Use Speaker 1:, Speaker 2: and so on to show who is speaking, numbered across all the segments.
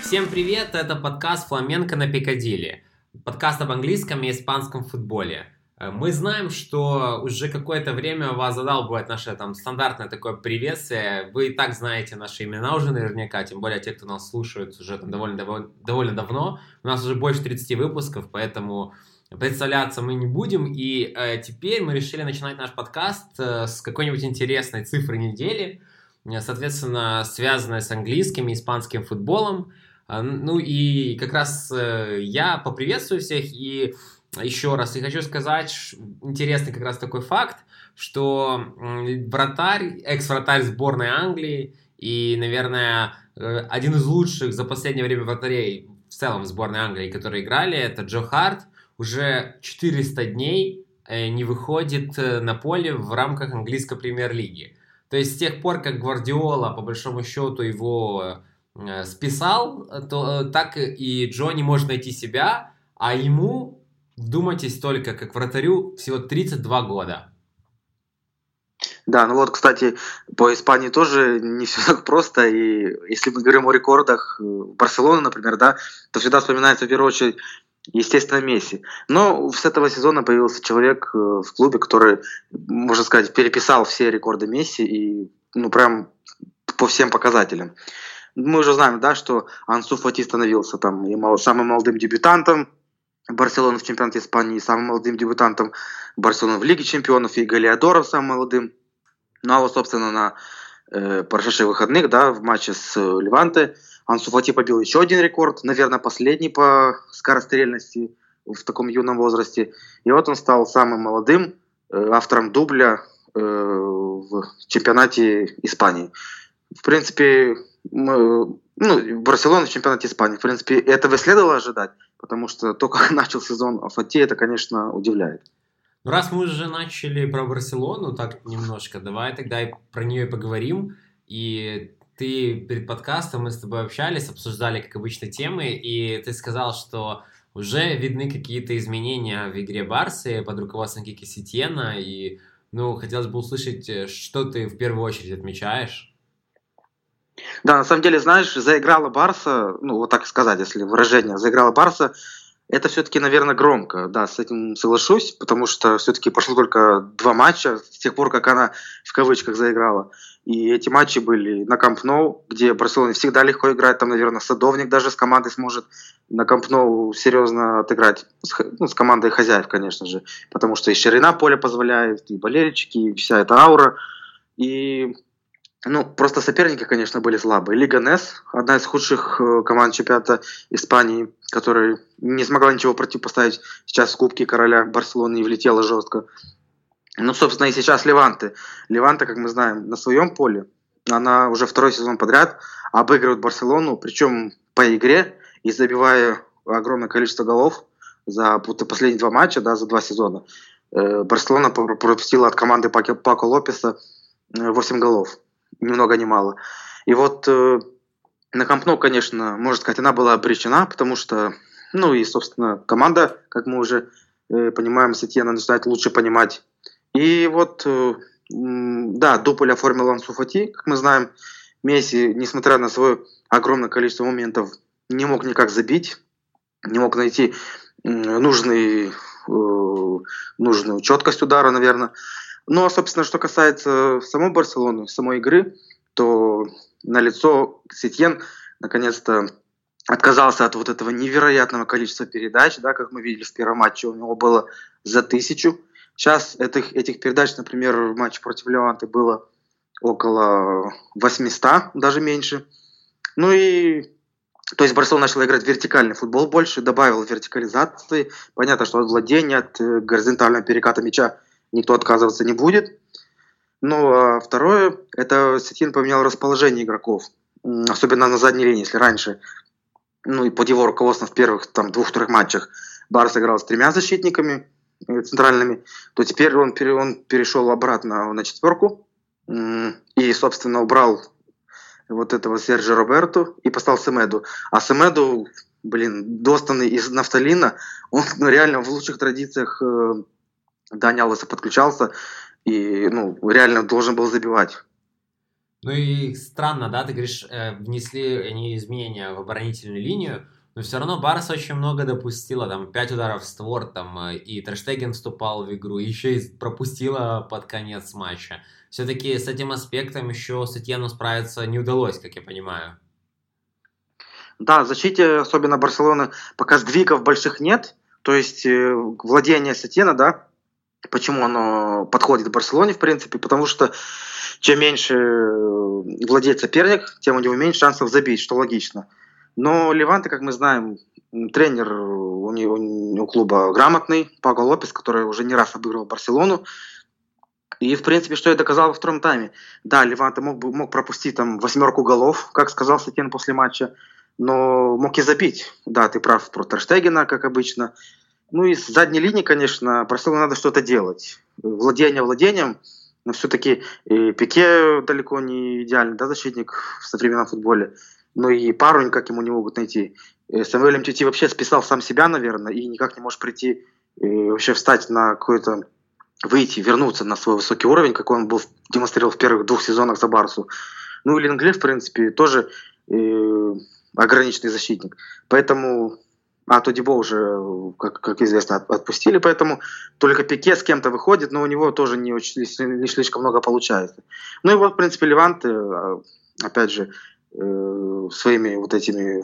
Speaker 1: Всем привет, это подкаст «Фламенко на Пикадилли». Подкаст об английском и испанском футболе. Мы знаем, что уже какое-то время вас задалбывает наше стандартное такое приветствие. Вы и так знаете наши имена уже наверняка, тем более те, кто нас слушают уже довольно давно. У нас уже больше 30 выпусков, поэтому представляться мы не будем. И теперь мы решили начинать наш подкаст с какой-нибудь интересной цифры недели, соответственно, связанной с английским и испанским футболом. Ну и как раз я поприветствую всех и еще раз и хочу сказать интересный как раз такой факт, что экс-вратарь сборной Англии и, наверное, один из лучших за последнее время вратарей в целом в сборной Англии, которые играли, это Джо Харт, уже 400 дней не выходит на поле в рамках английской премьер-лиги. То есть с тех пор, как Гвардиола, по большому счету, его списал, то так и Джо не может найти себя, а ему, вдумайтесь только, как вратарю, всего 32 года.
Speaker 2: Да, ну вот, кстати, по Испании тоже не все так просто, и если мы говорим о рекордах Барселоны, например, да, то всегда вспоминается в первую очередь, естественно, Месси. Но с этого сезона появился человек в клубе, который, можно сказать, переписал все рекорды Месси, и прям по всем показателям. Мы уже знаем, да, что Ансу Фати становился там и самым молодым дебютантом Барселоны в чемпионате Испании, самым молодым дебютантом Барселоны в Лиге чемпионов, и Галиадоров самым молодым. Ну а вот, собственно, на прошедших выходных, да, в матче с Леванте Ансу Фати побил еще один рекорд, наверное, последний по скорострельности в таком юном возрасте. И вот он стал самым молодым автором дубля в чемпионате Испании. В принципе, Барселона в чемпионате Испании. В принципе, этого и следовало ожидать, потому что то, как начал сезон Фати, это, конечно, удивляет.
Speaker 1: Ну, раз мы уже начали про Барселону, так немножко, давай тогда и про нее и поговорим. И ты перед подкастом, мы с тобой общались, обсуждали, как обычно, темы, и ты сказал, что уже видны какие-то изменения в игре Барсы под руководством Кики Сетьена, и, хотелось бы услышать, что ты в первую очередь отмечаешь.
Speaker 2: Да, на самом деле, знаешь, заиграла Барса, вот так сказать, если выражение, заиграла Барса, это все-таки, наверное, громко, да, с этим соглашусь, потому что все-таки прошло только 2 матча с тех пор, как она в кавычках заиграла. И эти матчи были на Камп Ноу, где Барселона всегда легко играет, там, наверное, Садовник даже с командой сможет на Камп Ноу серьезно отыграть, с командой хозяев, конечно же, потому что и ширина поля позволяет, и болельщики, и вся эта аура, и... просто соперники, конечно, были слабые. Лига НЭС, одна из худших команд чемпионата Испании, которая не смогла ничего противопоставить сейчас в Кубке Короля Барселоны и влетела жестко. Собственно, и сейчас Леванте. Леванте, как мы знаем, на своем поле, она уже 2-й сезон подряд обыгрывает Барселону, причем по игре и забивая огромное количество голов за последние 2 матча, да, за 2 сезона. Барселона пропустила от команды Пако Лопеса 8 голов. Ни много ни мало. И вот на Камп Ноу, конечно, можно сказать, она была обречена, потому что, и, собственно, команда, как мы уже понимаем, Сетьена начинает лучше понимать. И вот, да, дубль оформил Ансу Фати, как мы знаем. Месси, несмотря на свое огромное количество моментов, не мог никак забить, не мог найти нужную четкость удара, наверное. А, собственно, что касается самой Барселоны, самой игры, то налицо Сетьен наконец-то отказался от вот этого невероятного количества передач, да, как мы видели в первом матче, у него было за 1000. Сейчас этих передач, например, в матче против Леванты было около 800, даже меньше. То есть Барселона начала играть в вертикальный футбол больше, добавил вертикализации. Понятно, что от владения, от горизонтального переката мяча никто отказываться не будет. А второе, это Сетьен поменял расположение игроков, особенно на задней линии. Если раньше, и под его руководством в первых 2-3 матчах Барса играл с 3 защитниками центральными, то теперь он перешел обратно на 4 и, собственно, убрал вот этого Серджи Роберту и поставил Семеду. А Семеду, достанный из нафталина, он реально в лучших традициях Дани Алвеса подключался и реально должен был забивать.
Speaker 1: Ну и странно, да, ты говоришь, внесли они изменения в оборонительную линию, но все равно Барса очень много допустила, там 5 ударов в створ, там и Тер Штеген вступал в игру, и еще и пропустила под конец матча. Все-таки с этим аспектом еще Сетьену справиться не удалось, как я понимаю.
Speaker 2: Да, в защите, особенно Барселоны, пока сдвигов больших нет, то есть владение Сетьена, да, почему оно подходит Барселоне, в принципе, потому что чем меньше владеет соперник, тем у него меньше шансов забить, что логично. Но Леванте, как мы знаем, тренер у клуба грамотный, Паго Лопес, который уже не раз обыгрывал Барселону. И, в принципе, что я доказал во втором тайме. Да, Леванте мог пропустить там 8 голов, как сказал Сетьен после матча, но мог и забить. Да, ты прав про Тер Штегена, как обычно. Ну и с задней линии, конечно, Барселоне надо что-то делать. Владение владением, но все-таки Пике далеко не идеальный, да, защитник в современном футболе. Ну и пару никак ему не могут найти. Самуэль Мтити вообще списал сам себя, наверное, и никак не может прийти, вообще встать на какой-то, выйти, вернуться на свой высокий уровень, как он был демонстрировал в первых 2 сезонах за Барсу. Ну и Ленгле, в принципе, тоже ограниченный защитник. Поэтому Тодибо уже, как известно, отпустили, поэтому только Пике с кем-то выходит, но у него тоже не слишком много получается. Ну и вот, в принципе, Леванте, опять же, своими вот этими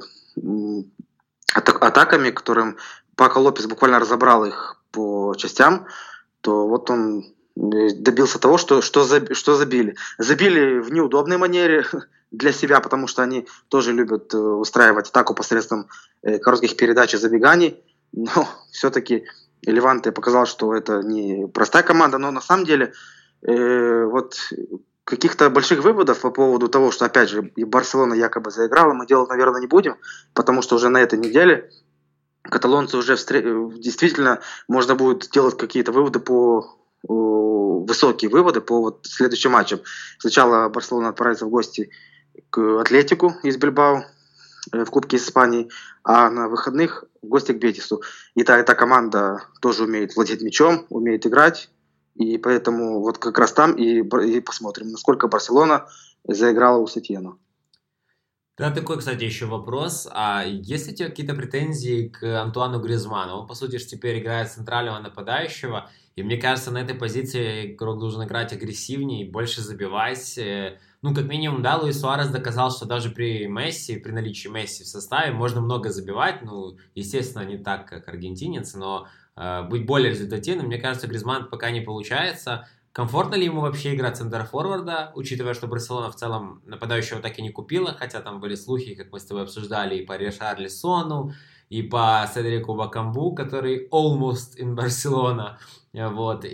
Speaker 2: атаками, которым Пако Лопес буквально разобрал их по частям, то вот он добился того, что забили. Забили в неудобной манере для себя, потому что они тоже любят устраивать атаку посредством коротких передач и забеганий. Но все-таки Леванте показал, что это не простая команда, но на самом деле вот каких-то больших выводов по поводу того, что, опять же, и Барселона якобы заиграла, мы делать, наверное, не будем, потому что уже на этой неделе каталонцы уже действительно можно будет делать какие-то выводы высокие выводы по вот следующим матчам. Сначала Барселона отправится в гости к Атлетику из Бильбао в Кубке Испании, а на выходных в гости к Бетису. И эта команда тоже умеет владеть мячом, умеет играть, и поэтому вот как раз там и посмотрим, насколько Барселона заиграла у Сетьена.
Speaker 1: Да, такой, кстати, еще вопрос. А есть ли у тебя какие-то претензии к Антуану Гризману? Он, по сути, теперь играет центрального нападающего, и мне кажется, на этой позиции игрок должен играть агрессивнее, больше забивать. Ну, как минимум, да, Луис Суарес доказал, что даже при Месси, при наличии Месси в составе можно много забивать. Ну, естественно, не так, как аргентинец, но быть более результативным, мне кажется, Гризман пока не получается. Комфортно ли ему вообще играть центр-форварда, учитывая, что Барселона в целом нападающего так и не купила, хотя там были слухи, как мы с тобой обсуждали, и по Ришарлисону, и по Седрику Бакамбу, который almost in Barcelona. Вот,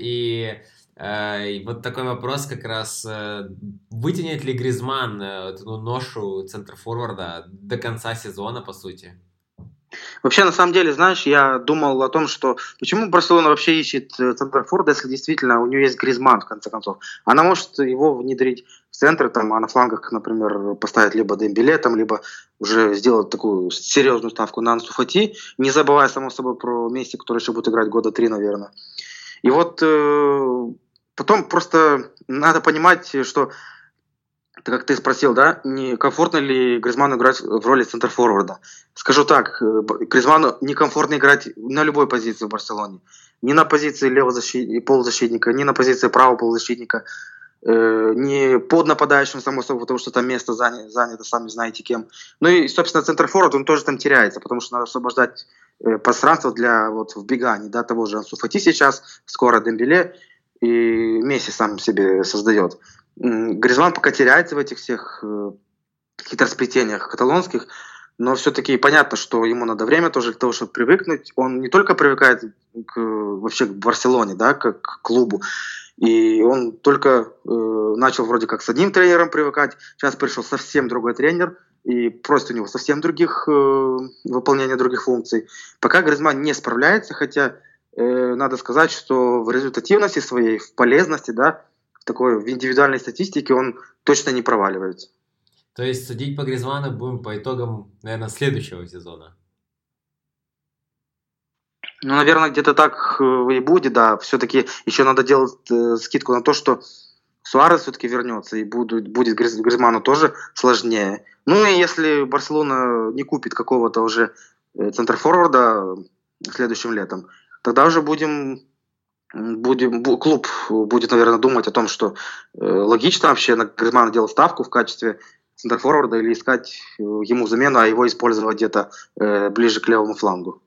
Speaker 1: и вот такой вопрос как раз, вытянет ли Гризман эту ношу центр-форварда до конца сезона, по сути?
Speaker 2: Вообще, на самом деле, знаешь, я думал о том, что почему Барселона вообще ищет центр-форварда, если действительно у нее есть Гризман, в конце концов. Она может его внедрить в центр, там, а на флангах, например, поставить либо Дембеле, там, либо уже сделать такую серьезную ставку на Ансу Фати, не забывая, само собой, про Месси, который еще будет играть года 3, наверное. И вот потом просто надо понимать, что, как ты спросил, да, не комфортно ли Гризману играть в роли центр-форварда. Скажу так, Гризману некомфортно играть на любой позиции в Барселоне. Ни на позиции полузащитника, ни на позиции правого полузащитника, не под нападающим, само собой, потому что там место занято, сами знаете кем. Ну и, собственно, центр-форвард, он тоже там теряется, потому что надо освобождать пространство для вот вбеганий, да, того же Ансу Фати сейчас, скоро Дембеле, и Месси сам себе создает. Гризман пока теряется в этих всех хитросплетениях каталонских, но все-таки понятно, что ему надо время тоже для того, чтобы привыкнуть. Он не только привыкает вообще к Барселоне, да, как к клубу, и он только начал вроде как с одним тренером привыкать, сейчас пришел совсем другой тренер, и просит у него совсем других выполнения других функций. Пока Гризман не справляется, хотя надо сказать, что в результативности своей, в полезности, да, такой в индивидуальной статистике он точно не проваливается.
Speaker 1: То есть судить по Гризману будем по итогам, наверное, следующего сезона.
Speaker 2: Ну, наверное, где-то так и будет, да. Все-таки еще надо делать скидку на то, что Суарес все-таки вернется, и будет Гризманну тоже сложнее. Ну и если Барселона не купит какого-то уже центрфорварда следующим летом, тогда уже клуб будет, наверное, думать о том, что логично вообще на Гризманна делать ставку в качестве центрфорварда или искать ему замену, а его использовать где-то ближе к левому флангу.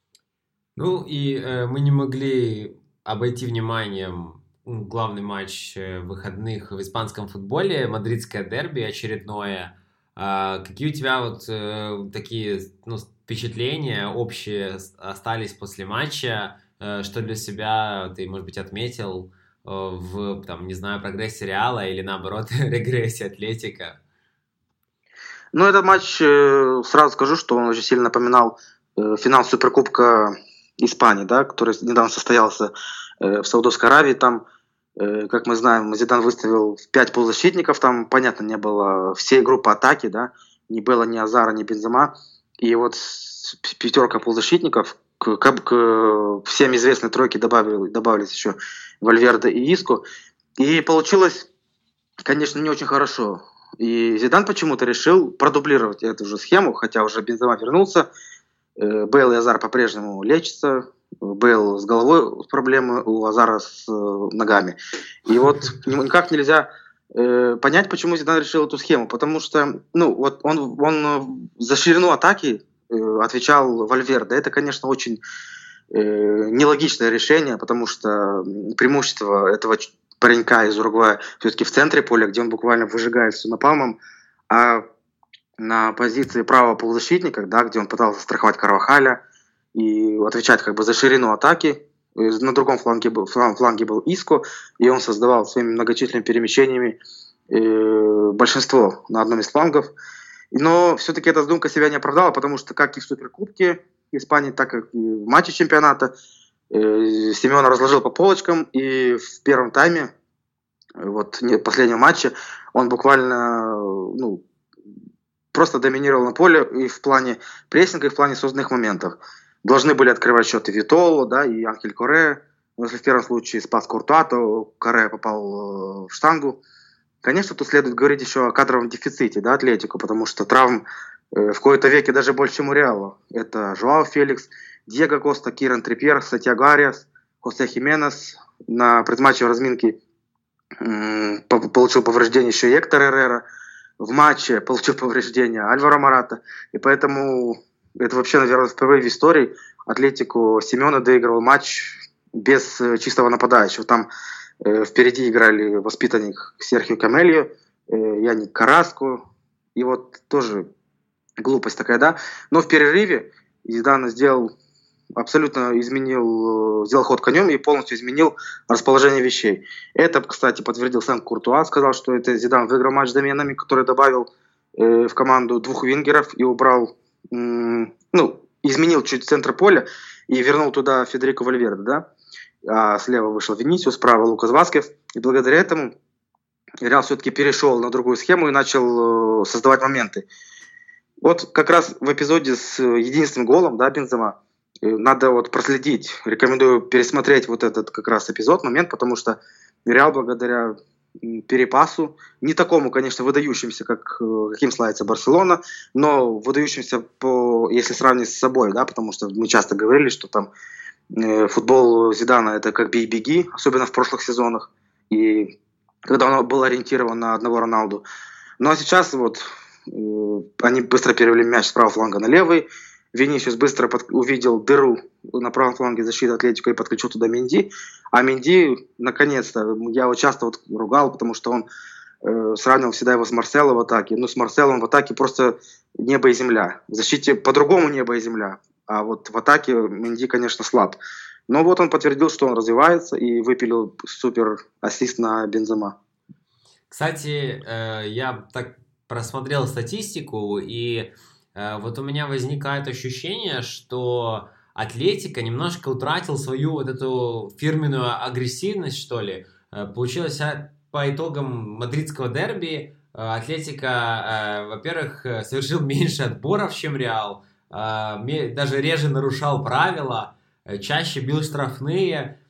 Speaker 1: Ну и мы не могли обойти вниманием главный матч выходных в испанском футболе, мадридское дерби очередное. Какие у тебя вот такие впечатления общие остались после матча? Что для себя ты, может быть, отметил в, не знаю, прогрессе Реала или, наоборот, регрессе Атлетико?
Speaker 2: Ну, этот матч, сразу скажу, что он очень сильно напоминал финал Суперкубка Испании, да, который недавно состоялся в Саудовской Аравии. Там, как мы знаем, Зидан выставил 5 полузащитников, там, понятно, не было всей группы атаки, да, не было ни Азара, ни Бензема. И вот пятерка полузащитников, к всем известной тройке добавились еще Вальверде и Иско. И получилось, конечно, не очень хорошо. И Зидан почему-то решил продублировать эту же схему, хотя уже Бензема вернулся. Бейл и Азар по-прежнему лечатся. Бейл с головой проблемы, у Азара с ногами. И вот никак нельзя понять, почему Зидан решил эту схему. Потому что вот он за ширину атаки отвечал Вальверде. Это, конечно, очень нелогичное решение, потому что преимущество этого паренька из Уругвая все-таки в центре поля, где он буквально выжигает все напалмом, а на позиции правого полузащитника, да, где он пытался страховать Карвахаля и отвечать как бы за ширину атаки, на другом фланге был Иско, и он создавал своими многочисленными перемещениями большинство на одном из флангов. Но все-таки эта задумка себя не оправдала, потому что как и в Суперкубке Испании, так и в матче чемпионата Симеон разложил по полочкам, и в первом тайме, вот последнего матча, он буквально просто доминировал на поле и в плане прессинга, и в плане созданных моментов. Должны были открывать счеты Витоло, да, и Анхель Корреа. Но если в первом случае спас Куртуа, то Корреа попал в штангу. Конечно, тут следует говорить еще о кадровом дефиците, да, Атлетико, потому что травм в кои-то веке даже больше, чем у Реала. Это Жоао Феликс, Диего Коста, Киран Трипьер, Сантьяго Ариас, Хосе Хименес. На предматчевой разминке получил повреждение еще и Эктор Эррера. В матче получил повреждение Альваро Мората. И поэтому это вообще, наверное, впервые в истории Атлетико Симеона доигрывал матч без чистого нападающего. Там впереди играли воспитанник Серхио Камельо, Яник Караско. И вот тоже глупость такая, да. Но в перерыве Зидан сделал ход конем и полностью изменил расположение вещей. Это, кстати, подтвердил сам Куртуа, сказал, что это Зидан выиграл матч заменами, который добавил в команду 2 вингеров и убрал, изменил чуть центр поля и вернул туда Федерико Вальверде, да. А слева вышел Винисиус, справа Лукас Васкес. И благодаря этому Реал все-таки перешел на другую схему и начал создавать моменты. Вот как раз в эпизоде с единственным голом, да, Бензема, надо вот проследить. Рекомендую пересмотреть вот этот как раз эпизод, момент, потому что Реал благодаря перепасу, не такому, конечно, выдающимся, каким славится Барселона, но выдающимся если сравнить с собой, да, потому что мы часто говорили, что там футбол Зидана это как бей-беги, особенно в прошлых сезонах, и когда он был ориентирован на одного Роналду. Ну а сейчас вот они быстро перевели мяч с правого фланга на левый, Винисиус быстро увидел дыру на правом фланге защиты Атлетико и подключил туда Менди. А Менди, наконец-то, я его часто ругал, потому что он сравнивал всегда его с Марсело в атаке. Ну, с Марселом в атаке просто небо и земля. В защите по-другому небо и земля. А вот в атаке Менди, конечно, слаб. Но вот он подтвердил, что он развивается и выпилил супер ассист на Бензема.
Speaker 1: Кстати, я так просмотрел статистику, и вот у меня возникает ощущение, что Атлетико немножко утратил свою вот эту фирменную агрессивность, что ли. Получилось по итогам мадридского дерби Атлетико, во-первых, совершил меньше отборов, чем Реал, даже реже нарушал правила, чаще бил штрафные.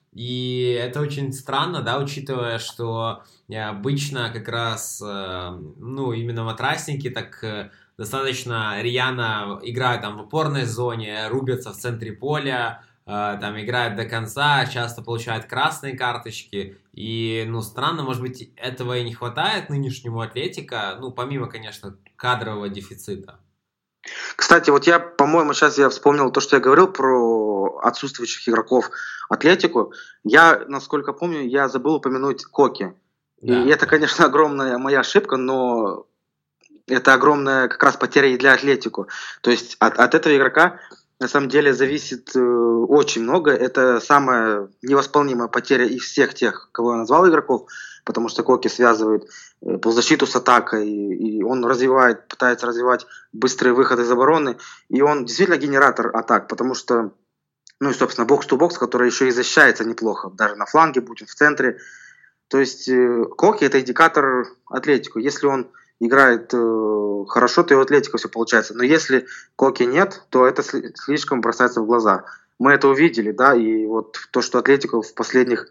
Speaker 1: И это очень странно, да, учитывая, что обычно как раз, ну, именно матрасники так достаточно рьяно играют там в опорной зоне, рубятся в центре поля, там играют до конца, часто получают красные карточки. И, ну, странно, может быть, этого и не хватает нынешнему Атлетико, ну, помимо, конечно, кадрового дефицита.
Speaker 2: Кстати, вот я, по-моему, сейчас я вспомнил то, что я говорил про отсутствующих игроков Атлетику. Я, насколько помню, я забыл упомянуть Коки. И
Speaker 1: Да,
Speaker 2: это,
Speaker 1: да.
Speaker 2: конечно, огромная моя ошибка, но это огромная как раз потеря и для Атлетику. То есть от этого игрока на самом деле зависит очень много. Это самая невосполнимая потеря из всех тех, кого я назвал игроков, потому что Коки связывает полузащиту с атакой, и он развивает, пытается развивать быстрые выходы из обороны, и он действительно генератор атак, потому что, ну и, собственно, бокс-то-бокс, который еще и защищается неплохо, даже на фланге, будь он в центре. То есть Коки – это индикатор Атлетику. Если он играет хорошо, то и у Атлетико все получается. Но если Коки нет, то это слишком бросается в глаза. Мы это увидели, да, и вот то, что Атлетико в последних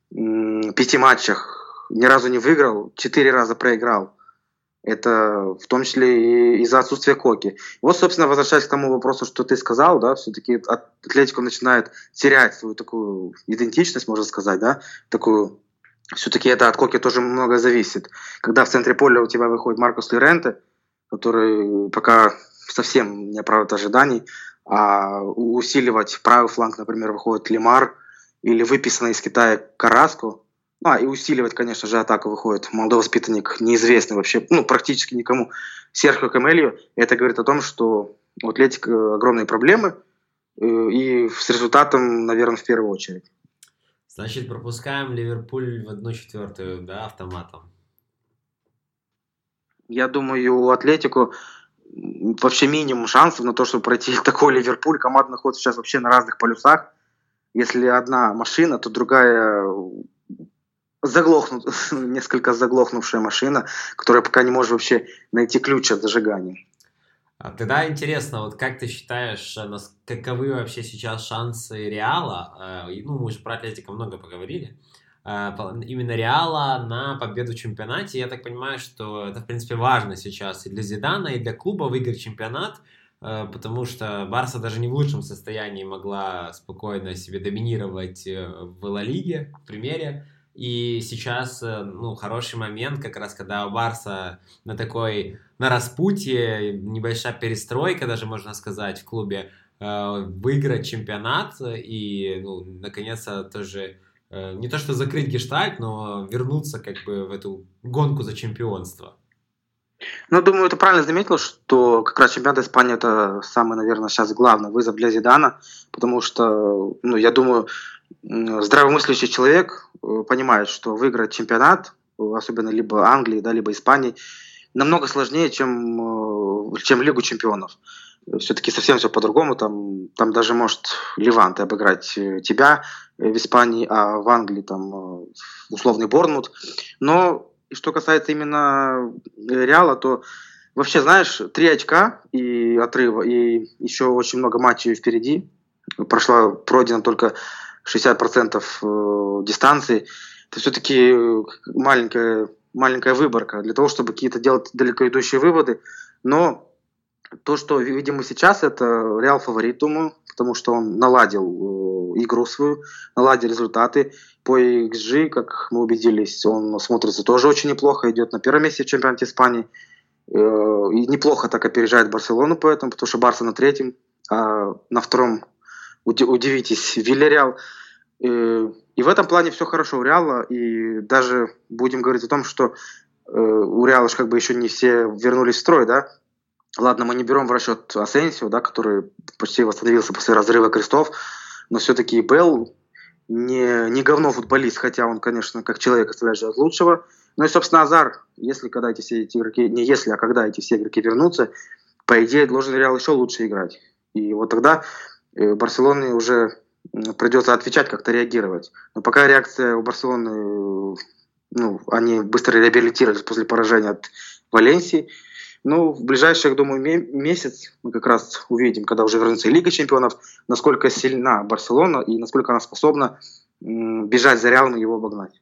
Speaker 2: 5 матчах ни разу не выиграл, 4 раза проиграл. Это в том числе и из-за отсутствия Коки. Вот, собственно, возвращаясь к тому вопросу, что ты сказал, да, все-таки Атлетико начинает терять свою такую идентичность, можно сказать, да, такую. Все-таки это от Коки тоже много зависит. Когда в центре поля у тебя выходит Маркос Лоренте, который пока совсем не оправдывает ожиданий, а усиливать правый фланг, например, выходит Лемар или выписанный из Китая Караско, и усиливать, конечно же, атаку выходит молодой воспитанник, неизвестный вообще, ну, практически никому, Серхио Камельо. Это говорит о том, что у Атлетико огромные проблемы, и с результатом, наверное, в первую очередь.
Speaker 1: Значит, пропускаем Ливерпуль в 1/4, да, автоматом.
Speaker 2: Я думаю, у Атлетико вообще минимум шансов на то, чтобы пройти такой Ливерпуль. Команда находится сейчас вообще на разных полюсах. Если одна машина, то другая несколько заглохнувшая машина, которая пока не может вообще найти ключ от зажигания.
Speaker 1: Тогда интересно, вот как ты считаешь, каковы вообще сейчас шансы Реала, ну, мы уже про Атлетико много поговорили, именно Реала на победу в чемпионате? Я так понимаю, что это, в принципе, важно сейчас и для Зидана, и для клуба выиграть чемпионат, потому что Барса даже не в лучшем состоянии могла спокойно себе доминировать в Ла Лиге, в Премьере. И сейчас, ну, хороший момент, как раз когда у Барса на распутье, небольшая перестройка, даже можно сказать, в клубе, выиграть чемпионат и, ну, наконец-то тоже не то что закрыть гештальт, но вернуться как бы в эту гонку за чемпионство.
Speaker 2: Ну, думаю, ты правильно заметил, что как раз чемпионат Испании – это самый, наверное, сейчас главный вызов для Зидана, потому что, ну, я думаю, здравомыслящий человек понимает, что выиграть чемпионат, особенно либо Англии, да, либо Испании, намного сложнее, чем Лигу чемпионов. Все-таки совсем все по-другому. Там даже может Леванте обыграть тебя в Испании, а в Англии там условный Борнмут. Но что касается именно Реала, то вообще, знаешь, 3 очка и отрыва, и еще очень много матчей впереди. Пройдено только 60% дистанции. Это все-таки маленькая выборка для того, чтобы какие-то делать далеко идущие выводы. Но то, что видим мы сейчас, это Реал фаворит, думаю, потому что он наладил игру свою, наладил результаты. По XG, как мы убедились, он смотрится тоже очень неплохо, идет на первом месте в чемпионате Испании. И неплохо так опережает Барселону поэтому, потому что Барса на 3-м, а на 2-м, удивитесь, Вильяреал. И в этом плане все хорошо у Реала, и даже будем говорить о том, что у Реала как бы еще не все вернулись в строй, да. Ладно, мы не берем в расчет Асенсио, да, который почти восстановился после разрыва крестов, но все-таки Белл не говно футболист, хотя он, конечно, как человек оставляет от лучшего. Ну и, собственно, Азар, когда эти все игроки, не если, а когда эти все игроки вернутся, по идее, должен Реал еще лучше играть. И вот тогда Барселоне уже придется отвечать, как-то реагировать. Но пока реакция у Барселоны, ну, они быстро реабилитировались после поражения от Валенсии. Ну, в ближайший, я думаю, месяц мы как раз увидим, когда уже вернется Лига чемпионов, насколько сильна Барселона и насколько она способна бежать за Реалом и его обогнать.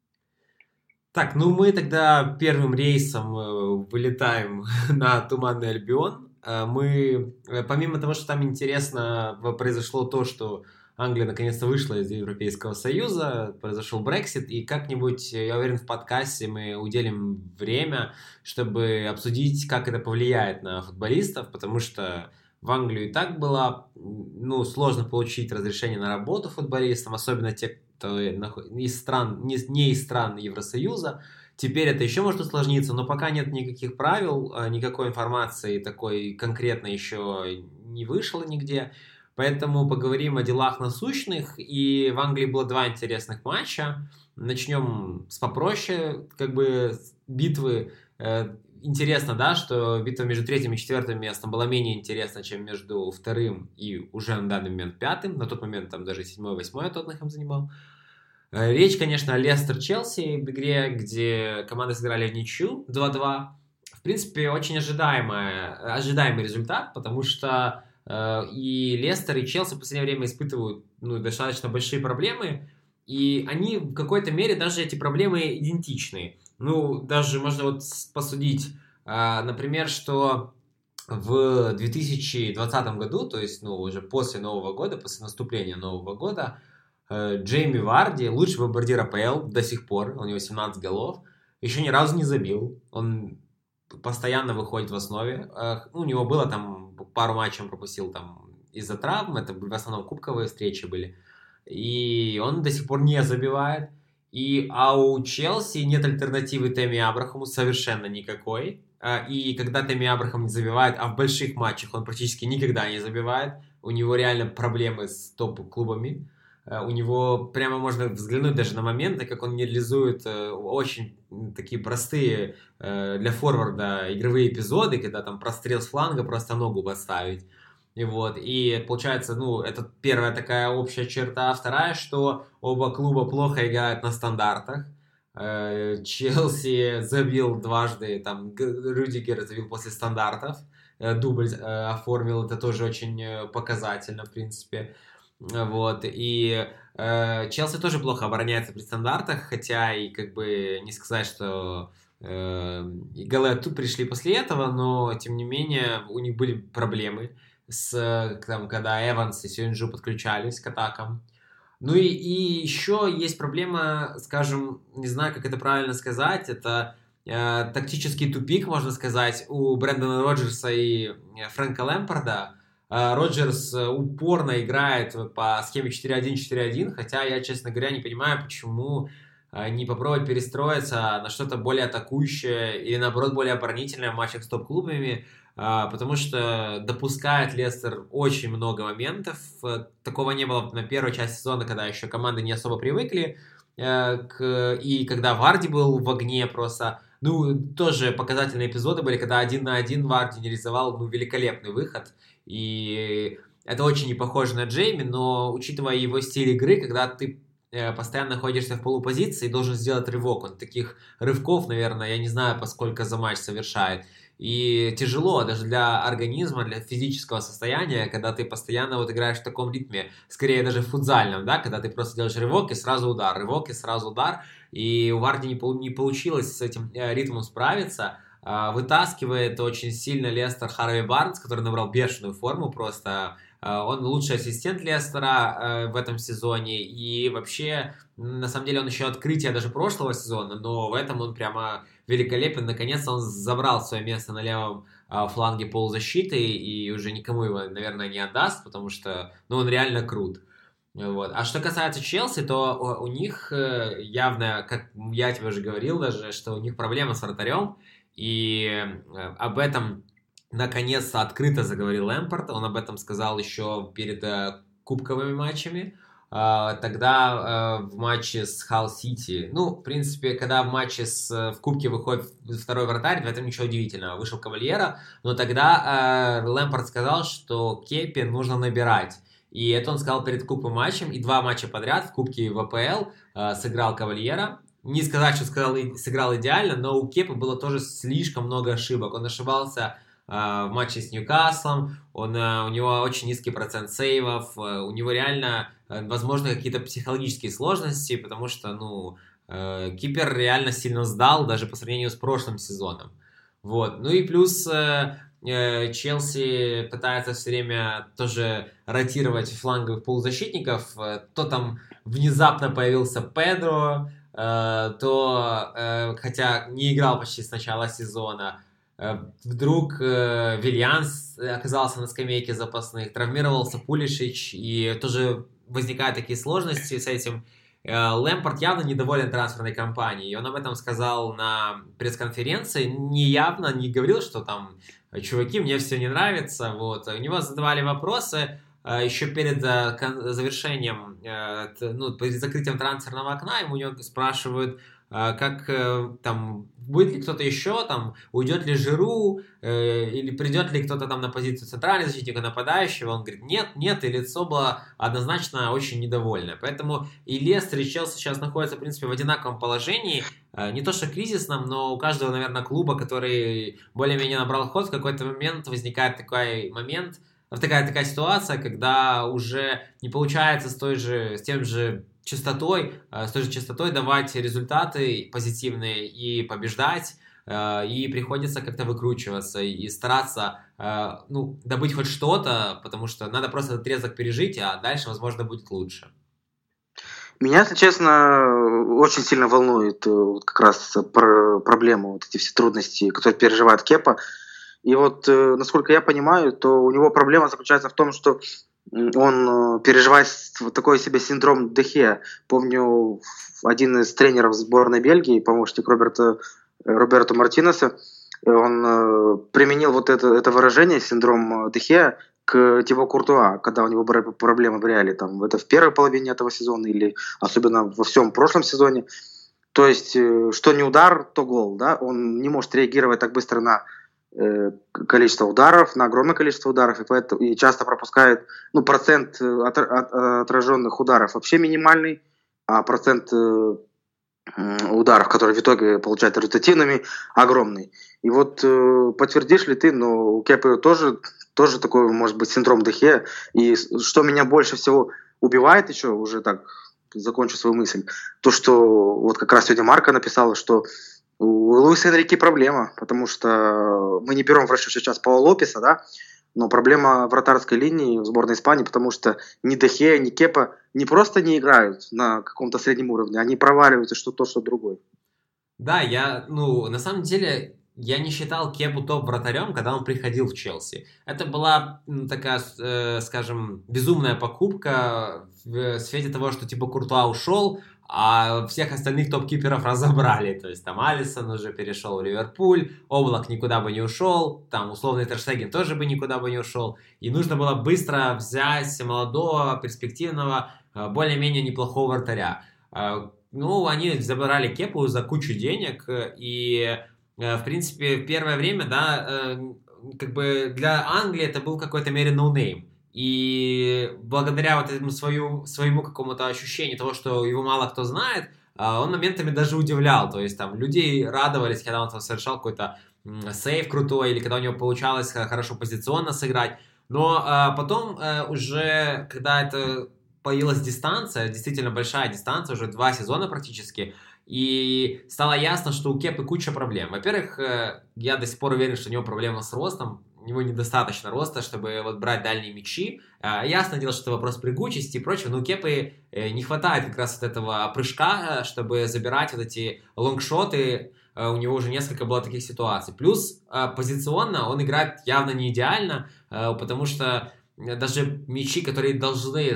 Speaker 1: Так, ну мы тогда первым рейсом вылетаем на Туманный Альбион. Мы, помимо того, что там интересно, произошло то, что Англия наконец-то вышла из Европейского Союза, произошел Брексит, и как-нибудь, я уверен, в подкасте мы уделим время, чтобы обсудить, как это повлияет на футболистов, потому что в Англию и так было, ну, сложно получить разрешение на работу футболистам, особенно те, кто из стран, не из стран Евросоюза. Теперь это еще может усложниться, но пока нет никаких правил, никакой информации такой конкретно еще не вышло нигде. Поэтому поговорим о делах насущных. И в Англии было 2 интересных матча. Начнем с попроще, как бы, битвы. Интересно, да, что битва между 3-м и 4-м местом была менее интересна, чем между 2-м и уже на данный момент 5-м. На тот момент там даже 7-й, 8-й Тоттенхэм занимал. Речь, конечно, о Лестер-Челси в игре, где команды сыграли в ничью 2-2. В принципе, очень ожидаемый результат, потому что и Лестер, и Челси в последнее время испытывают, ну, достаточно большие проблемы, и они в какой-то мере даже эти проблемы идентичны. Ну, даже можно вот посудить, например, что в 2020 году, то есть, ну, уже после Нового года, после наступления Нового года, Джейми Варди, лучший бомбардир АПЛ до сих пор, у него 17 голов, еще ни разу не забил. Он постоянно выходит в основе. У него было там пару матчей, он пропустил там из-за травм, это в основном кубковые встречи были. И он до сих пор не забивает. А у Челси нет альтернативы Тэмми Абрахаму совершенно никакой. И когда Тэмми Абрахам не забивает, а в больших матчах он практически никогда не забивает, у него реально проблемы с топ-клубами. У него прямо можно взглянуть даже на моменты, как он не реализует очень такие простые для форварда игровые эпизоды, когда там прострел с фланга, просто ногу подставить. И получается, ну, это первая такая общая черта. Вторая, что оба клуба плохо играют на стандартах. Челси забил дважды, там Рюдигер забил после стандартов, дубль оформил, это тоже очень показательно, в принципе. И Челси тоже плохо обороняется при стандартах, хотя и как бы не сказать, что и голы тут пришли после этого, но тем не менее у них были проблемы когда Эванс и Сюнджу подключались к атакам. Ну и еще есть проблема, скажем, не знаю, как это правильно сказать, это тактический тупик, можно сказать, у Брэндона Роджерса и Фрэнка Лэмпарда. Роджерс упорно играет по схеме 4-1-4-1, хотя я, честно говоря, не понимаю, почему не попробовать перестроиться на что-то более атакующее или, наоборот, более оборонительное в матчах с топ-клубами, потому что допускает Лестер очень много моментов. Такого не было на первой части сезона, когда еще команды не особо привыкли, и когда Варди был в огне просто. Ну, тоже показательные эпизоды были, когда 1 на 1 Варди не реализовал, ну, великолепный выход. И это очень не похоже на Джейми, но учитывая его стиль игры, когда ты постоянно находишься в полупозиции и должен сделать рывок. Он таких рывков, наверное, я не знаю, поскольку за матч совершает. И тяжело даже для организма, для физического состояния, когда ты постоянно вот играешь в таком ритме, скорее даже футзальном, да, когда ты просто делаешь рывок и сразу удар, рывок и сразу удар. И у Варди не получилось с этим ритмом справиться. Вытаскивает очень сильно Лестер Харви Барнс, который набрал бешеную форму просто. Он лучший ассистент Лестера в этом сезоне. И вообще, на самом деле, он еще открытие даже прошлого сезона, но в этом он прямо великолепен. Наконец-то он забрал свое место на левом фланге полузащиты и уже никому его, наверное, не отдаст, потому что он реально крут. А что касается Челси, то у них явно, как я тебе уже говорил даже, что у них проблема с вратарем. И об этом наконец-то открыто заговорил Лэмпард. Он об этом сказал еще перед кубковыми матчами. Тогда в матче с Халл Сити, в принципе, когда в кубке выходит второй вратарь, в этом ничего удивительного. Вышел Кавальера, но тогда Лэмпард сказал, что Кепи нужно набирать. И это он сказал перед кубковым матчем, и 2 матча подряд в кубке в АПЛ сыграл Кавальера. Не сказать, что сыграл идеально, но у Кепа было тоже слишком много ошибок. Он ошибался в матче с Ньюкаслом, у него очень низкий процент сейвов, у него реально, возможно, какие-то психологические сложности, потому что, кипер реально сильно сдал, даже по сравнению с прошлым сезоном. Вот. Ну и плюс Челси пытается все время тоже ротировать фланговых полузащитников. То там внезапно появился Педро, хотя не играл почти с начала сезона. Вдруг Вильянс оказался на скамейке запасных, травмировался Пулишич, и тоже возникают такие сложности с этим. Лэмпард явно недоволен трансферной кампанией, и он об этом сказал на пресс-конференции, неявно не говорил, что там, чуваки, мне все не нравится, вот. У него задавали вопросы еще перед завершением, перед закрытием трансферного окна, ему спрашивают, как там, будет ли кто-то еще, там, уйдет ли Жиру, или придет ли кто-то там на позицию центрального защитника, нападающего. Он говорит, нет, и лицо было однозначно очень недовольное. Поэтому и Лестер, и Челси сейчас находятся, в принципе, в одинаковом положении. Не то что кризисном, но у каждого, наверное, клуба, который более-менее набрал ход, в какой-то момент возникает такой момент, такая ситуация, когда уже не получается с той же частотой давать результаты позитивные и побеждать, и приходится как-то выкручиваться и стараться добыть хоть что-то, потому что надо просто этот отрезок пережить, а дальше, возможно, будет лучше.
Speaker 2: Меня, если честно, очень сильно волнует как раз проблема, вот эти все трудности, которые переживает Кепа. И вот, насколько я понимаю, то у него проблема заключается в том, что он переживает такой себе синдром Дехе. Помню, один из тренеров сборной Бельгии, помощник Роберто Мартинеса, он применил вот это выражение, синдром Дехе, к Тибо Куртуа, когда у него были проблемы в Реале. Там, это в первой половине этого сезона или особенно во всем прошлом сезоне. То есть, что не удар, то гол. Да? Он не может реагировать так быстро на количество ударов, на огромное количество ударов, и часто пропускает, процент отраженных ударов вообще минимальный, а процент ударов, которые в итоге получают результативными, огромный. И вот подтвердишь ли ты, но у Кепы тоже такой, может быть, синдром Дехе, и что меня больше всего убивает еще, уже так закончу свою мысль, то, что вот как раз сегодня Марка написала, что у Луиса Энрике проблема, потому что мы не берем в расчет сейчас Паула Лопеса, да, но проблема вратарской линии в сборной Испании, потому что ни Дехе, ни Кепа не просто не играют на каком-то среднем уровне, они проваливаются что то, что другое.
Speaker 1: Да, на самом деле, я не считал Кепу топ-вратарем, когда он приходил в Челси. Это была такая, скажем, безумная покупка в свете того, что типа Куртуа ушел, а всех остальных топ-киперов разобрали. То есть там Алисон уже перешел в Ливерпуль, Облак никуда бы не ушел, там условный Тер Штеген тоже бы никуда бы не ушел. И нужно было быстро взять молодого, перспективного, более-менее неплохого вратаря. Они забрали Кепу за кучу денег, и, в принципе, в первое время, да, для Англии это был в какой-то мере ноунейм. И благодаря вот этому своему какому-то ощущению того, что его мало кто знает, он моментами даже удивлял. То есть там людей радовались, когда он там совершал какой-то сейв крутой, или когда у него получалось хорошо позиционно сыграть. Но потом уже, когда это появилась дистанция, действительно большая дистанция, уже 2 сезона практически, и стало ясно, что у Кепы куча проблем. Во-первых, я до сих пор уверен, что у него проблема с ростом, у него недостаточно роста, чтобы брать дальние мячи. Ясно дело, что это вопрос прыгучести и прочего, но у Кепы не хватает как раз вот этого прыжка, чтобы забирать вот эти лонгшоты. У него уже несколько было таких ситуаций. Плюс позиционно он играет явно не идеально, потому что даже мячи, которые должны,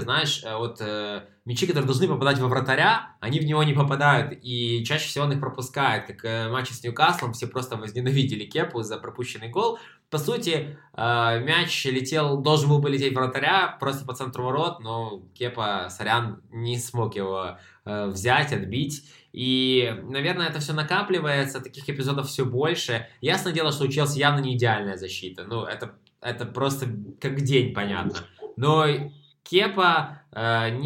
Speaker 1: мячи, которые должны попадать во вратаря, они в него не попадают, и чаще всего он их пропускает, как в матче с Ньюкаслом, все просто возненавидели Кепу за пропущенный гол. По сути, мяч должен был полететь в вратаря, просто по центру ворот, но Кепа, сорян, не смог его взять, отбить. И, наверное, это все накапливается, таких эпизодов все больше. Ясное дело, что у Челси явно не идеальная защита, это просто как день понятно. Но Кепа он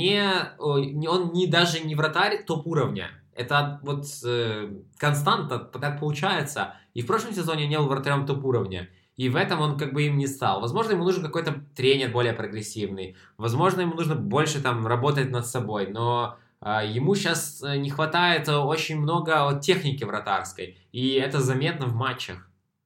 Speaker 1: даже не вратарь топ-уровня. Это вот константа, так получается. И в прошлом сезоне не был вратарем топ-уровня. И в этом он как бы им не стал. Возможно, ему нужен какой-то тренер более прогрессивный. Возможно, ему нужно больше там работать над собой. Но ему сейчас не хватает очень много техники вратарской. И это заметно в матчах.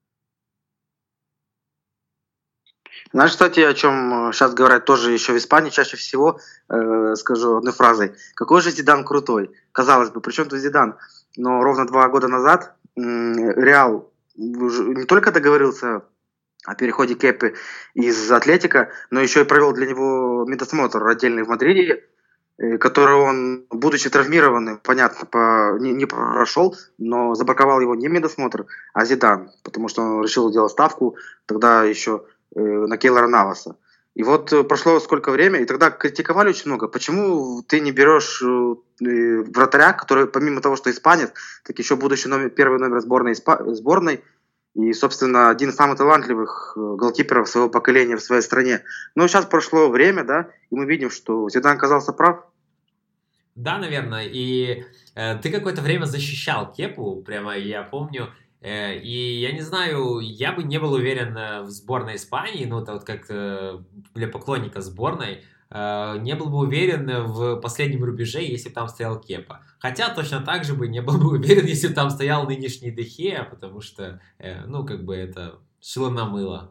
Speaker 2: Знаешь, кстати, о чем сейчас говорят тоже еще в Испании чаще всего, скажу одной фразой. Какой же Зидан крутой. Казалось бы, при чем тут Зидан? Но ровно 2 года назад Реал не только договорился о переходе Кепи из Атлетика, но еще и провел для него медосмотр отдельный в Мадриде, который он, будучи травмированным, понятно, не прошел, но забраковал его не медосмотр, а Зидан, потому что он решил делать ставку тогда еще на Кейлора Наваса. И вот прошло сколько времени, и тогда критиковали очень много. Почему ты не берешь вратаря, который помимо того, что испанец, так еще будущий первый номер сборной, и, собственно, один из самых талантливых голкиперов своего поколения в своей стране. Но сейчас прошло время, да, и мы видим, что Зидан оказался прав.
Speaker 1: Да, наверное, и ты какое-то время защищал Кепу, прямо я помню. И я не знаю, я бы не был уверен в сборной Испании, ну, это вот как для поклонника сборной, не был бы уверен в последнем рубеже, если бы там стоял Кепа. Хотя точно так же бы не был бы уверен, если бы там стоял нынешний Де Хеа, потому что, ну, как бы это шило на мыло.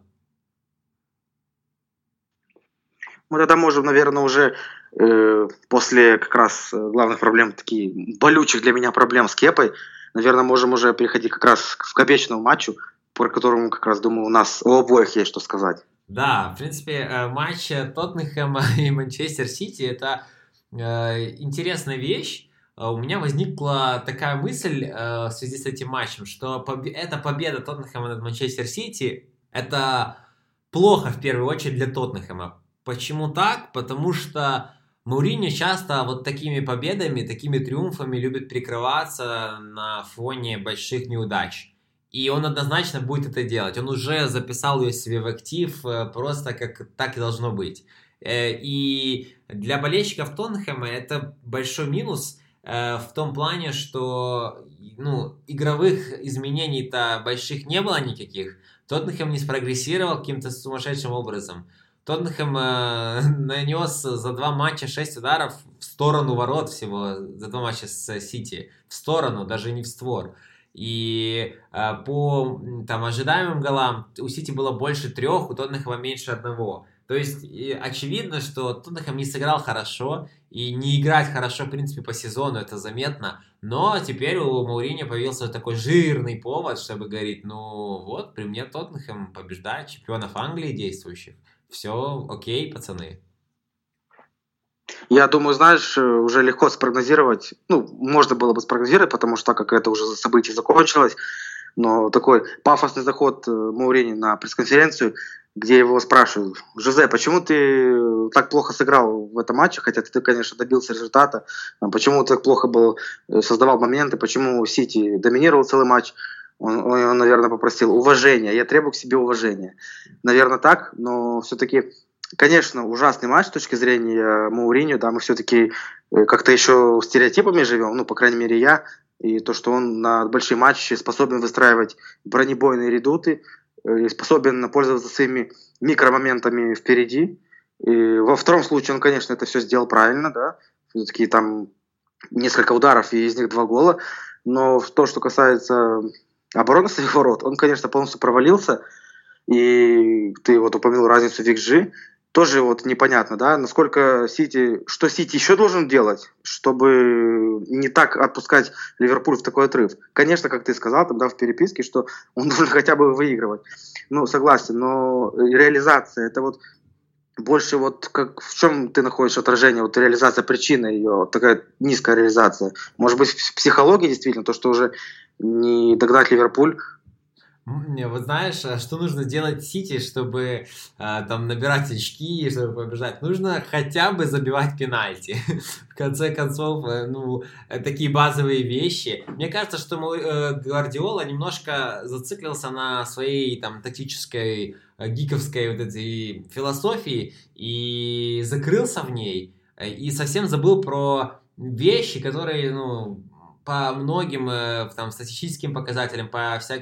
Speaker 2: Мы тогда можем, наверное, уже после как раз главных проблем, таких болючих для меня проблем с Кепой, наверное, можем уже переходить как раз к обещанному матчу, про которому, как раз, думаю, у нас у обоих есть что сказать.
Speaker 1: Да, в принципе, матч Тоттенхэма и Манчестер Сити – это интересная вещь. У меня возникла такая мысль в связи с этим матчем, что эта победа Тоттенхэма над Манчестер Сити – это плохо в первую очередь для Тоттенхэма. Почему так? Потому что Мауриньо часто вот такими победами, такими триумфами любит прикрываться на фоне больших неудач. И он однозначно будет это делать. Он уже записал ее себе в актив, просто как так и должно быть. И для болельщиков Тоттенхэма это большой минус в том плане, что игровых изменений-то больших не было никаких. Тоттенхэм не спрогрессировал каким-то сумасшедшим образом. Тоттенхэм нанес за 2 матча 6 ударов в сторону ворот всего, за 2 матча с Сити, в сторону, даже не в створ. И по ожидаемым голам у Сити было больше 3, у Тоттенхэма меньше 1. То есть очевидно, что Тоттенхэм не сыграл хорошо, и не играть хорошо, в принципе, по сезону, это заметно. Но теперь у Мауриньо появился такой жирный повод, чтобы говорить, ну вот, при мне Тоттенхэм побеждает чемпионов Англии действующих. Все окей, пацаны.
Speaker 2: Я думаю, знаешь, уже легко спрогнозировать, можно было бы спрогнозировать, потому что так как это уже событие закончилось, но такой пафосный заход Мауриньо на пресс-конференцию, где его спрашивают: Жозе, почему ты так плохо сыграл в этом матче, хотя ты, конечно, добился результата, почему ты так плохо создавал моменты, почему Сити доминировал целый матч? Он, наверное, попросил уважения. Я требую к себе уважения. Наверное, так, но все-таки, конечно, ужасный матч с точки зрения Мауриньо. Да, мы все-таки как-то еще стереотипами живем, по крайней мере, я. И то, что он на большие матчи способен выстраивать бронебойные редуты, способен пользоваться своими микромоментами впереди. И во втором случае он, конечно, это все сделал правильно, да. Все-таки там несколько ударов, и из них 2 гола. Но то, что касается обороны своих ворот, он, конечно, полностью провалился. И ты вот упомянул разницу в XG. Тоже вот непонятно, да, насколько что Сити еще должен делать, чтобы не так отпускать Ливерпуль в такой отрыв. Конечно, как ты сказал тогда в переписке, что он должен хотя бы выигрывать. Согласен, но реализация, это вот больше вот в чем ты находишь отражение, вот реализация, причина ее, такая низкая реализация. Может быть, в психологии действительно, то, что уже не догнать Ливерпуль.
Speaker 1: Вот знаешь, что нужно делать Сити, чтобы набирать очки, чтобы побежать? Нужно хотя бы забивать пенальти. В конце концов, такие базовые вещи. Мне кажется, что Гвардиола немножко зациклился на своей тактической, гиковской вот этой философии и закрылся в ней. И совсем забыл про вещи, которые, по многим статистическим показателям, по всяким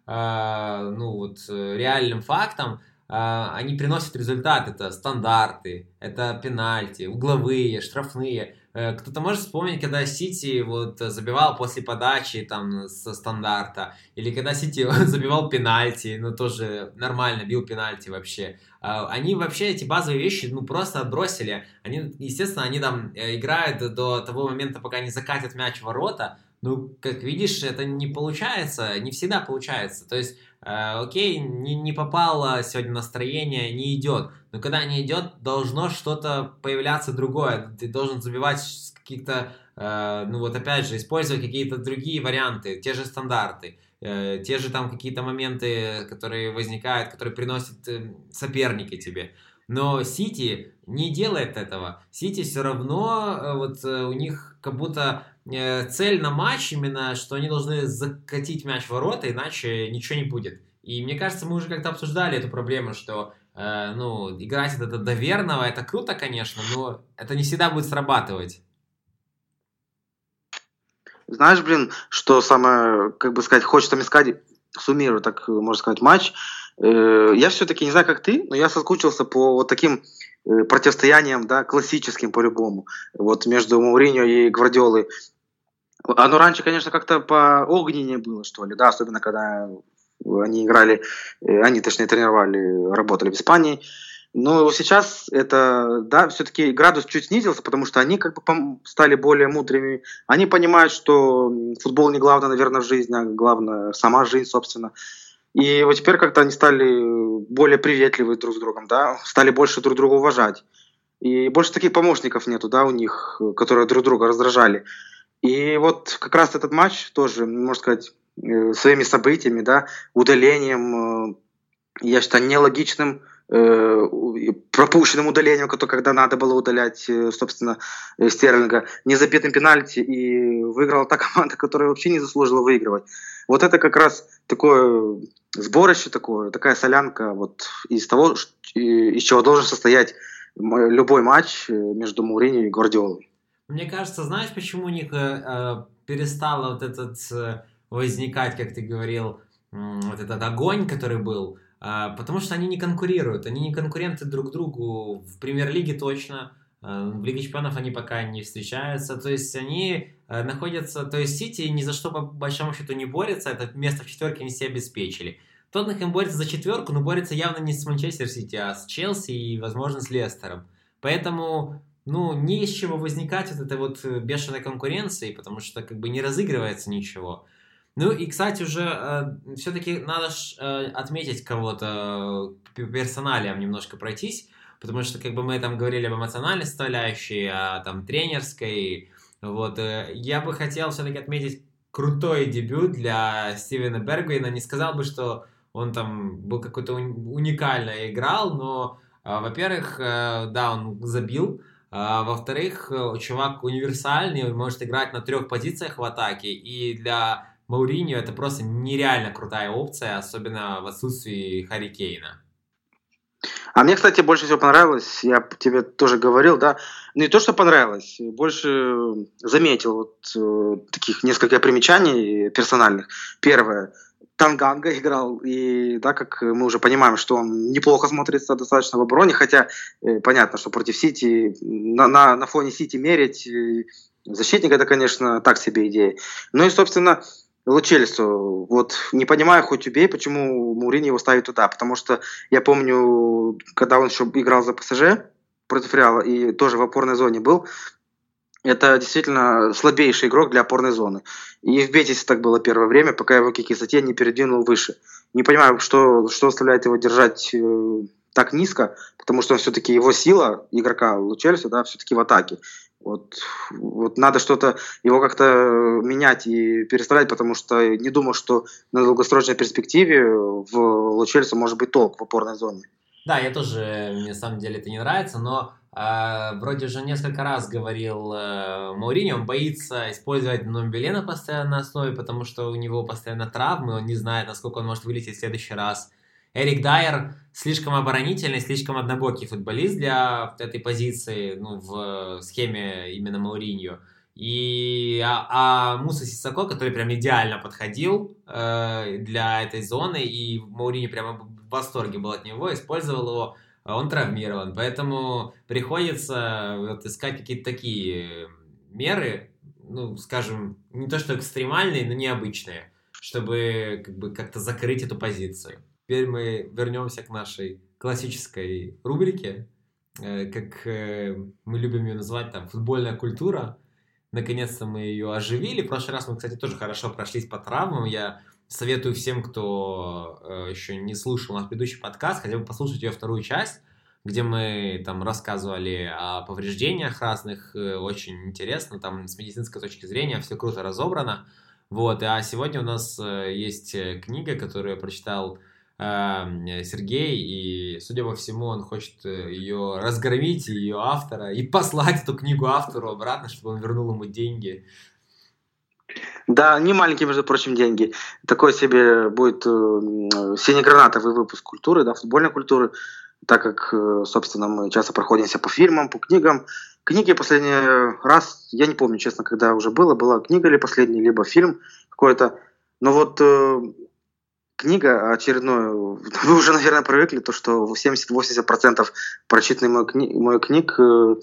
Speaker 1: реальным фактам, они приносят результат. Это стандарты, это пенальти, угловые, штрафные. Кто-то может вспомнить, когда Сити вот забивал после подачи там со стандарта, или когда Сити забивал пенальти, тоже нормально бил пенальти вообще. Они вообще эти базовые вещи, просто отбросили. Естественно, они там играют до того момента, пока не закатят мяч в ворота. Как видишь, это не получается, не всегда получается. То есть, окей, не попало сегодня настроение, не идет. Но когда не идет, должно что-то появляться другое. Ты должен забивать каких-то, опять же, использовать какие-то другие варианты, те же стандарты, те же там какие-то моменты, которые возникают, которые приносят соперники тебе. Но Сити не делает этого. Сити все равно, у них как будто цель на матч именно, что они должны закатить мяч в ворота, иначе ничего не будет. И мне кажется, мы уже как-то обсуждали эту проблему, что играть это до верного, это круто, конечно, но это не всегда будет срабатывать.
Speaker 2: Знаешь, что самое, хочется мне сказать, суммирую, так можно сказать, матч. Я все-таки не знаю, как ты, но я соскучился по вот таким противостояниям, да, классическим по-любому, вот между Мауриньо и Гвардиолой. Оно раньше, конечно, как-то по огненнее было, что ли, да, особенно когда они играли, точнее, тренировали, работали в Испании. Но сейчас это, да, все-таки градус чуть снизился, потому что они стали более мудрыми. Они понимают, что футбол не главное, наверное, в жизни, а главное сама жизнь, собственно. И вот теперь как-то они стали более приветливы друг с другом, да, стали больше друг друга уважать. И больше таких помощников нету, да, у них, которые друг друга раздражали. И вот как раз этот матч тоже, можно сказать, своими событиями, да, удалением, я считаю, нелогичным, пропущенным удалением, когда надо было удалять, собственно, Стерлинга, незабитым пенальти, и выиграла та команда, которая вообще не заслужила выигрывать. Вот это как раз такое сборище, такая солянка вот из того, из чего должен состоять любой матч между Мауриньо и Гвардиолой.
Speaker 1: Мне кажется, знаешь, почему у них перестало вот этот возникать, как ты говорил, вот этот огонь, который был? Потому что они не конкурируют, они не конкуренты друг другу в премьер-лиге точно, в Лиге чемпионов они пока не встречаются, то есть они находятся, то есть Сити ни за что по большому счету не борется, это место в четверке они себе обеспечили. Тоттенхэм борется за четверку, но борется явно не с Манчестер Сити, а с Челси и, возможно, с Лестером. Поэтому, не из чего возникать вот этой вот бешеной конкуренции, потому что как бы не разыгрывается ничего. И, кстати, уже все-таки надо отметить кого-то персоналиям немножко пройтись, потому что как бы мы там говорили об эмоциональной составляющей, о там тренерской. Вот, я бы хотел все-таки отметить крутой дебют для Стивена Бергвейна. Не сказал бы, что он там был какой-то уникально играл, но, во-первых, да, он забил. Во-вторых, чувак универсальный, он может играть на 3 позициях в атаке, и для Мауриньо это просто нереально крутая опция, особенно в отсутствии Харри Кейна.
Speaker 2: А мне, кстати, больше всего понравилось, я тебе тоже говорил, да, не то, что понравилось, больше заметил таких несколько примечаний персональных. Первое, Танганга играл, и да, как мы уже понимаем, что он неплохо смотрится достаточно в обороне, хотя понятно, что против Сити, на фоне Сити мерить защитника, это, конечно, так себе идея. И, собственно, Ло Чельсо, не понимаю, хоть убей, почему Мауриньо его ставит туда, потому что я помню, когда он еще играл за ПСЖ против Реала и тоже в опорной зоне был, это действительно слабейший игрок для опорной зоны. И в Бетисе так было первое время, пока его Кикисетье не передвинул выше. Не понимаю, что заставляет его держать так низко, потому что все-таки его сила игрока Ло Чельсо, да, все-таки в атаке. Вот надо что-то, его как-то менять и перестраивать, потому что не думаю, что на долгосрочной перспективе в Ло Чельсо может быть толк в опорной зоне.
Speaker 1: Да, я тоже, мне на самом деле это не нравится, но вроде уже несколько раз говорил Мауриньо, он боится использовать Нdomбеле на постоянной основе, потому что у него постоянно травмы, он не знает, насколько он может вылететь в следующий раз. Эрик Дайер слишком оборонительный, слишком однобокий футболист для этой позиции, в схеме именно Мауриньо. Муса Сисоко, который прям идеально подходил для этой зоны, и Мауриньо прямо в восторге был от него, использовал его, он травмирован. Поэтому приходится вот искать какие-то такие меры, ну, скажем, не то что экстремальные, но необычные, чтобы как-то закрыть эту позицию. Теперь мы вернемся к нашей классической рубрике, как мы любим ее называть, там, футбольная культура. Наконец-то мы ее оживили. В прошлый раз мы, кстати, тоже хорошо прошлись по травмам. Я советую всем, кто еще не слушал наш предыдущий подкаст, хотя бы послушать ее вторую часть, где мы там рассказывали о повреждениях разных. Очень интересно, там с медицинской точки зрения все круто разобрано. Вот. А сегодня у нас есть книга, которую я прочитал Сергей, и, судя по всему, он хочет ее разгромить, ее автора, и послать эту книгу автору обратно, чтобы он вернул ему деньги.
Speaker 2: Да, не маленькие, между прочим, деньги. Такой себе будет синегранатовый выпуск культуры, да, футбольной культуры, так как, собственно, мы часто проходимся по фильмам, по книгам. Книги последний раз, я не помню, честно, когда уже была книга или последний, либо фильм какой-то, но вот книга очередная, вы уже, наверное, привыкли, то, что 70-80% прочитанных моих книг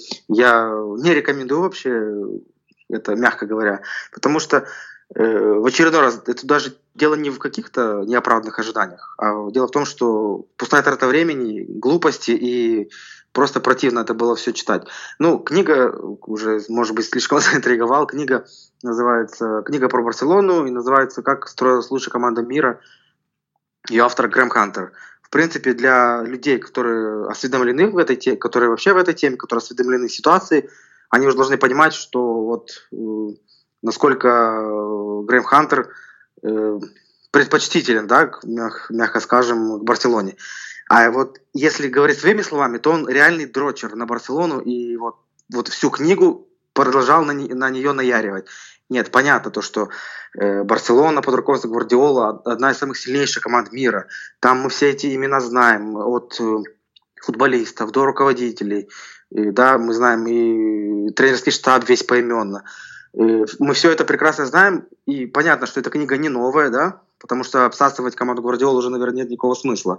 Speaker 2: я не рекомендую вообще, это мягко говоря, потому что в очередной раз это даже дело не в каких-то неоправданных ожиданиях, а дело в том, что пустая трата времени, глупости и просто противно это было все читать. Ну, книга, уже, может быть, слишком заинтриговал, книга называется «Книга про Барселону» и называется «Как строилась лучшая команда мира». Ее автор Грэм Хантер. В принципе, для людей, которые осведомлены в этой теме, которые вообще в этой теме, которые осведомлены в ситуации, они уже должны понимать, что вот насколько Грэм Хантер предпочтителен, да, мягко скажем, к Барселоне. А вот если говорить своими словами, то он реальный дрочер на Барселону и вот всю книгу продолжал на нее наяривать. Нет, понятно то, что Барселона под руководством Гвардиола одна из самых сильнейших команд мира. Там мы все эти имена знаем, от футболистов до руководителей. Да, мы знаем и тренерский штаб весь поименно. Мы все это прекрасно знаем, и понятно, что эта книга не новая, да, потому что обсасывать команду Гвардиола уже, наверное, нет никакого смысла.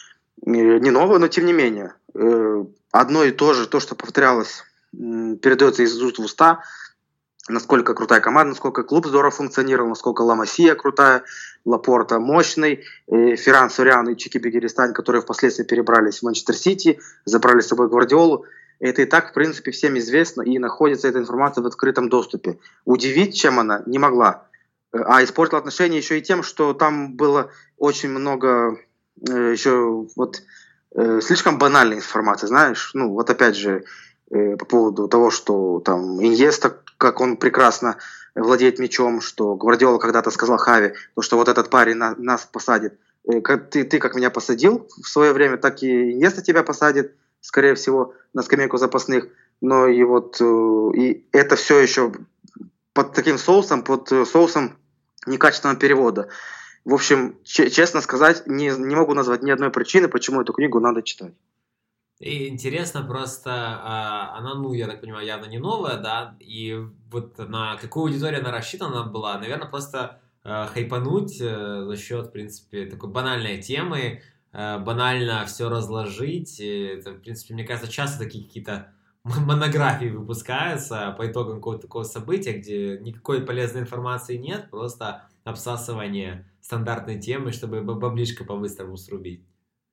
Speaker 2: Не новая, но тем не менее. Одно и то же, то, что повторялось, передается из уст в уста, насколько крутая команда, насколько клуб здорово функционировал, насколько Ла Масия крутая, Лапорта мощный, Ферран Сориан и Чики Бегеристань, которые впоследствии перебрались в Манчестер Сити, забрали с собой Гвардиолу. Это и так, в принципе, всем известно, и находится эта информация в открытом доступе. Удивить, чем она, не могла. А испортила отношения еще и тем, что там было очень много еще вот слишком банальной информации, знаешь. Ну, вот опять же, по поводу того, что там Иньеста, как он прекрасно владеет мячом, что Гвардиола когда-то сказал Хави, что вот этот парень нас посадит. Ты как меня посадил в свое время, так и Иньеста тебя посадит, скорее всего, на скамейку запасных. Но и вот и это все еще под таким соусом, под соусом некачественного перевода. В общем, честно сказать, не могу назвать ни одной причины, почему эту книгу надо читать.
Speaker 1: И интересно просто, она, ну, я так понимаю, явно не новая, да, и вот на какую аудиторию она рассчитана была, наверное, просто хайпануть за счет, в принципе, такой банальной темы, банально все разложить. Это, в принципе, мне кажется, часто такие какие-то монографии выпускаются по итогам какого-то такого события, где никакой полезной информации нет, просто обсасывание стандартной темы, чтобы баблишко по-быстрому срубить.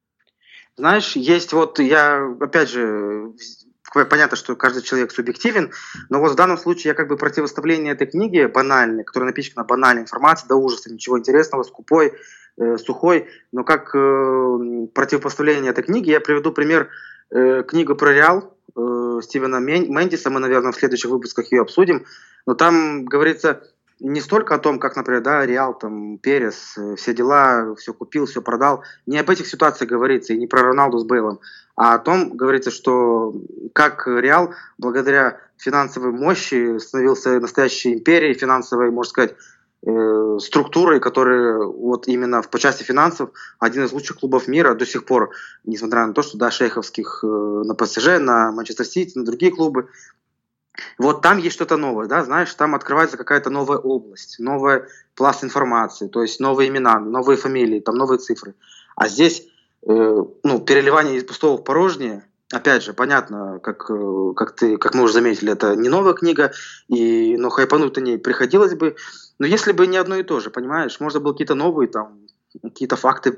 Speaker 2: Знаешь, есть вот, я, опять же, понятно, что каждый человек субъективен, но вот в данном случае я как бы противоставление этой книги банальной, которая напичкана банальной информацией, до ужаса, ничего интересного, скупой, сухой, но как противопоставление этой книги я приведу пример книгу про Реал Стивена Мендиса, мы, наверное, в следующих выпусках ее обсудим, но там говорится не столько о том, как, например, да, Реал, там, Перес, все дела, все купил, все продал. Не об этих ситуациях говорится, и не про Роналду с Бейлом, а о том говорится, что как Реал, благодаря финансовой мощи, становился настоящей империей, финансовой, можно сказать, структурой, которая вот именно по части финансов один из лучших клубов мира до сих пор, несмотря на то, что, да, шейховских на ПСЖ, на Манчестер Сити, на другие клубы. Вот там есть что-то новое, да, знаешь, там открывается какая-то новая область, новый пласт информации, то есть новые имена, новые фамилии, там новые цифры. А здесь, ну, переливание из пустого в порожнее, опять же, понятно, как мы уже заметили, это не новая книга, но хайпануть на ней приходилось бы, но если бы не одно и то же, понимаешь, можно было какие-то новые там какие-то факты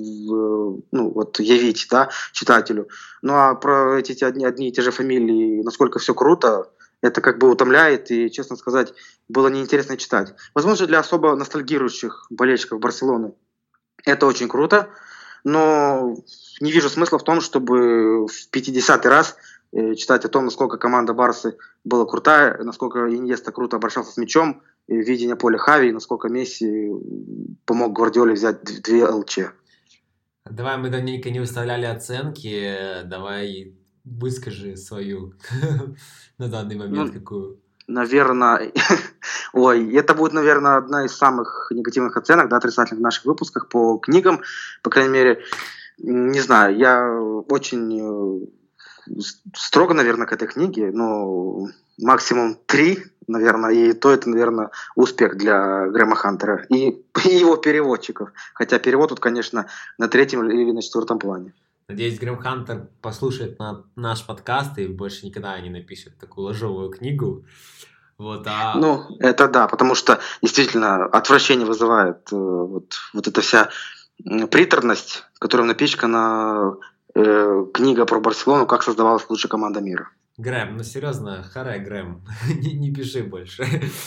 Speaker 2: ну, вот, явить, да, читателю. Ну а про эти одни и те же фамилии, насколько все круто, это как бы утомляет, и, честно сказать, было неинтересно читать. Возможно, для особо ностальгирующих болельщиков Барселоны это очень круто, но не вижу смысла в том, чтобы в 50-й раз читать о том, насколько команда Барсы была крутая, насколько Иньеста круто обращался с мячом, видение поля Хави, насколько Месси помог Гвардиоле взять 2 ЛЧ.
Speaker 1: Давай, мы давненько не выставляли оценки, давай выскажи свою на данный момент
Speaker 2: Ну,
Speaker 1: какую.
Speaker 2: наверное, ой, это будет, наверное, одна из самых негативных оценок, да, отрицательных в наших выпусках по книгам, по крайней мере, не знаю, я очень строго, наверное, к этой книге, но максимум 3, наверное, и то это, наверное, успех для Грэма Хантера и его переводчиков, хотя перевод тут, конечно, на 3-м или на 4-м плане.
Speaker 1: Надеюсь, Грэм Хантер послушает наш подкаст и больше никогда не напишет такую ложовую книгу. Вот,
Speaker 2: Ну, это да, потому что действительно отвращение вызывает вот эта вся приторность, которая напичкана книга про Барселону, как создавалась лучшая команда мира.
Speaker 1: Грэм, ну серьезно, харе, Грэм, не пиши больше.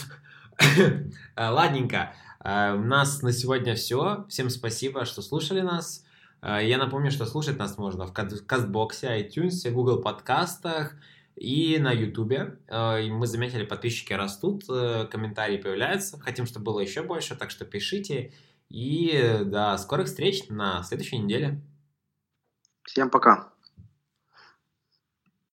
Speaker 1: Ладненько, у нас на сегодня все. Всем спасибо, что слушали нас. Я напомню, что слушать нас можно в Кастбоксе, iTunes, Google подкастах и на Ютубе. Мы заметили, подписчики растут, комментарии появляются. Хотим, чтобы было еще больше, так что пишите. И до скорых встреч на следующей неделе.
Speaker 2: Всем пока.